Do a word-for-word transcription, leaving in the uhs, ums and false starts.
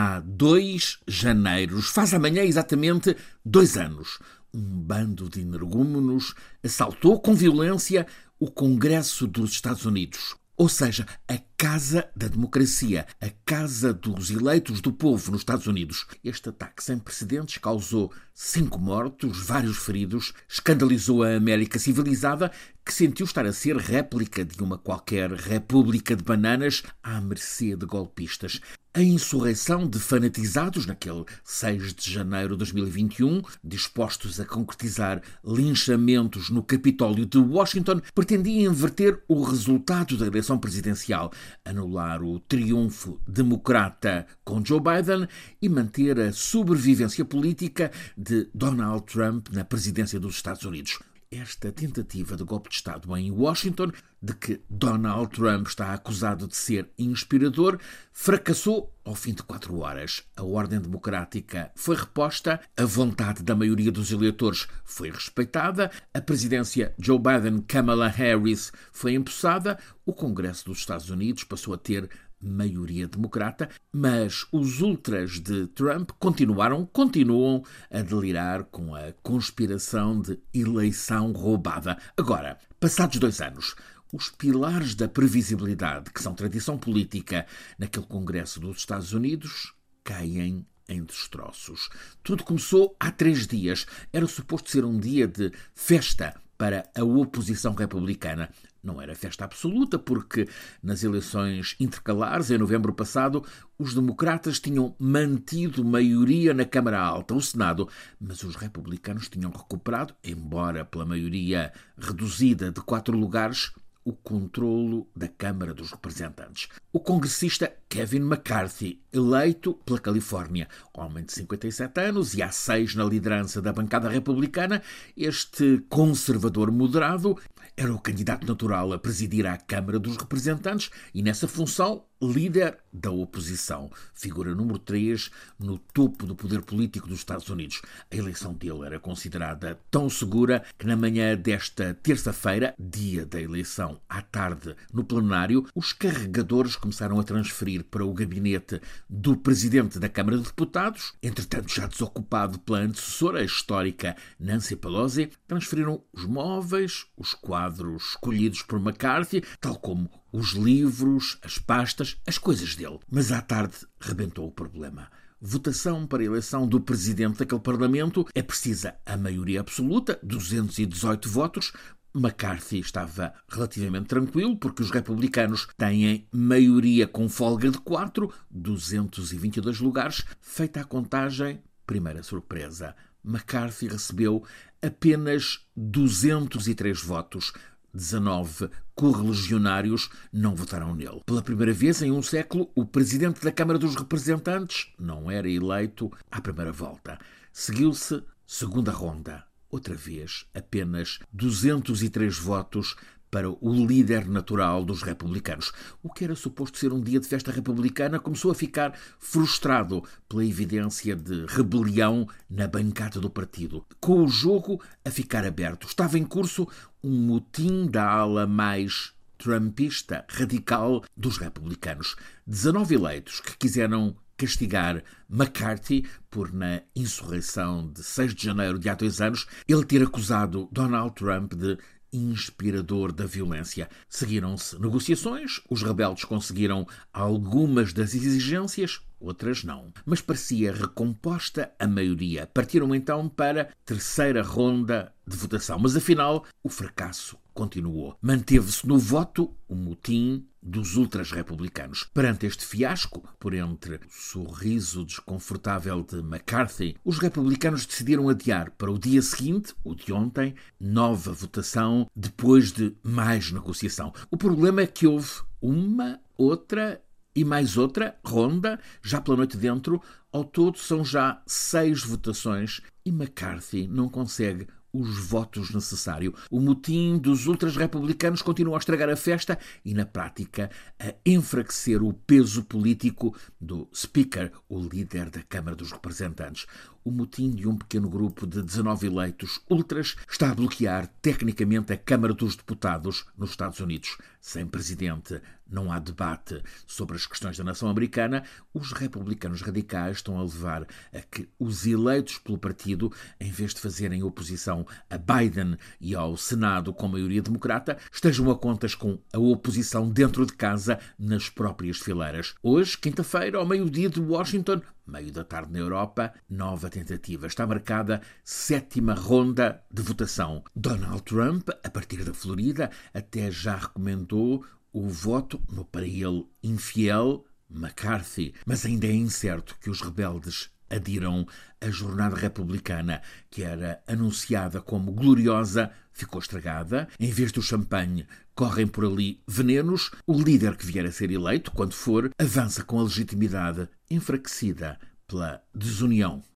Há dois janeiros, faz amanhã exatamente dois anos. Um bando de energúmenos assaltou com violência o Congresso dos Estados Unidos. Ou seja, a Casa da Democracia, a Casa dos Eleitos do Povo nos Estados Unidos. Este ataque sem precedentes causou cinco mortos, vários feridos, escandalizou a América civilizada, que sentiu estar a ser réplica de uma qualquer república de bananas à mercê de golpistas. A insurreição de fanatizados naquele seis de janeiro de dois mil e vinte e um, dispostos a concretizar linchamentos no Capitólio de Washington, pretendia inverter o resultado da eleição presidencial, anular o triunfo democrata com Joe Biden e manter a sobrevivência política de Donald Trump na presidência dos Estados Unidos. Esta tentativa de golpe de Estado em Washington, de que Donald Trump está acusado de ser inspirador, fracassou ao fim de quatro horas. A ordem democrática foi reposta, a vontade da maioria dos eleitores foi respeitada, a presidência Joe Biden-Kamala Harris foi empossada, o Congresso dos Estados Unidos passou a ter maioria democrata, mas os ultras de Trump continuaram, continuam a delirar com a conspiração de eleição roubada. Agora, passados dois anos, os pilares da previsibilidade, que são tradição política naquele Congresso dos Estados Unidos, caem em destroços. Tudo começou há três dias. Era suposto ser um dia de festa para a oposição republicana. Não era festa absoluta, porque nas eleições intercalares, em novembro passado, os democratas tinham mantido maioria na Câmara Alta, o Senado, mas os republicanos tinham recuperado, embora pela maioria reduzida de quatro lugares, o controlo da Câmara dos Representantes. O congressista Kevin McCarthy, eleito pela Califórnia, homem de cinquenta e sete anos e há seis na liderança da bancada republicana, este conservador moderado era o candidato natural a presidir à Câmara dos Representantes e, nessa função, líder da oposição. Figura número três no topo do poder político dos Estados Unidos. A eleição dele era considerada tão segura que na manhã desta terça-feira, dia da eleição, à tarde, no plenário, os carregadores começaram a transferir para o gabinete do presidente da Câmara de Deputados, entretanto já desocupado pela antecessora, a histórica Nancy Pelosi, transferiram os móveis, os quadros escolhidos por McCarthy, tal como os livros, as pastas, as coisas dele. Mas à tarde rebentou o problema. Votação para a eleição do presidente daquele parlamento é precisa a maioria absoluta, duzentos e dezoito votos. McCarthy estava relativamente tranquilo, porque os republicanos têm maioria com folga de quatro, duzentos e vinte e dois lugares. Feita a contagem, primeira surpresa, McCarthy recebeu apenas duzentos e três votos. dezanove correligionários não votaram nele. Pela primeira vez em um século, o presidente da Câmara dos Representantes não era eleito à primeira volta. Seguiu-se segunda ronda. Outra vez, apenas duzentos e três votos para o líder natural dos republicanos. O que era suposto ser um dia de festa republicana começou a ficar frustrado pela evidência de rebelião na bancada do partido. Com o jogo a ficar aberto, estava em curso um motim da ala mais trumpista, radical dos republicanos. dezanove eleitos que quiseram castigar McCarthy por, na insurreição de seis de janeiro de há dois anos, ele ter acusado Donald Trump de inspirador da violência. Seguiram-se negociações, os rebeldes conseguiram algumas das exigências, outras não. Mas parecia recomposta a maioria. Partiram então para a terceira ronda de votação. Mas afinal, o fracasso continuou. Manteve-se no voto o motim dos ultras republicanos. Perante este fiasco, por entre o sorriso desconfortável de McCarthy, os republicanos decidiram adiar para o dia seguinte, o de ontem, nova votação, depois de mais negociação. O problema é que houve uma, outra e mais outra ronda, já pela noite dentro. Ao todo são já seis votações e McCarthy não consegue os votos necessários. O motim dos ultras republicanos continua a estragar a festa e, na prática, a enfraquecer o peso político do Speaker, o líder da Câmara dos Representantes. o motim de um pequeno grupo de dezanove eleitos ultras está a bloquear tecnicamente a Câmara dos Deputados nos Estados Unidos. Sem presidente, não há debate sobre as questões da nação americana. Os republicanos radicais estão a levar a que os eleitos pelo partido, em vez de fazerem oposição a Biden e ao Senado com maioria democrata, estejam a contas com a oposição dentro de casa nas próprias fileiras. Hoje, quinta-feira, ao meio-dia de Washington, meio da tarde na Europa, nova tentativa. Está marcada sétima ronda de votação. Donald Trump, a partir da Florida, até já recomendou o voto no para ele infiel McCarthy. Mas ainda é incerto que os rebeldes adiram. A jornada republicana, que era anunciada como gloriosa, ficou estragada. Em vez do champanhe, correm por ali venenos. O líder que vier a ser eleito, quando for, avança com a legitimidade enfraquecida pela desunião.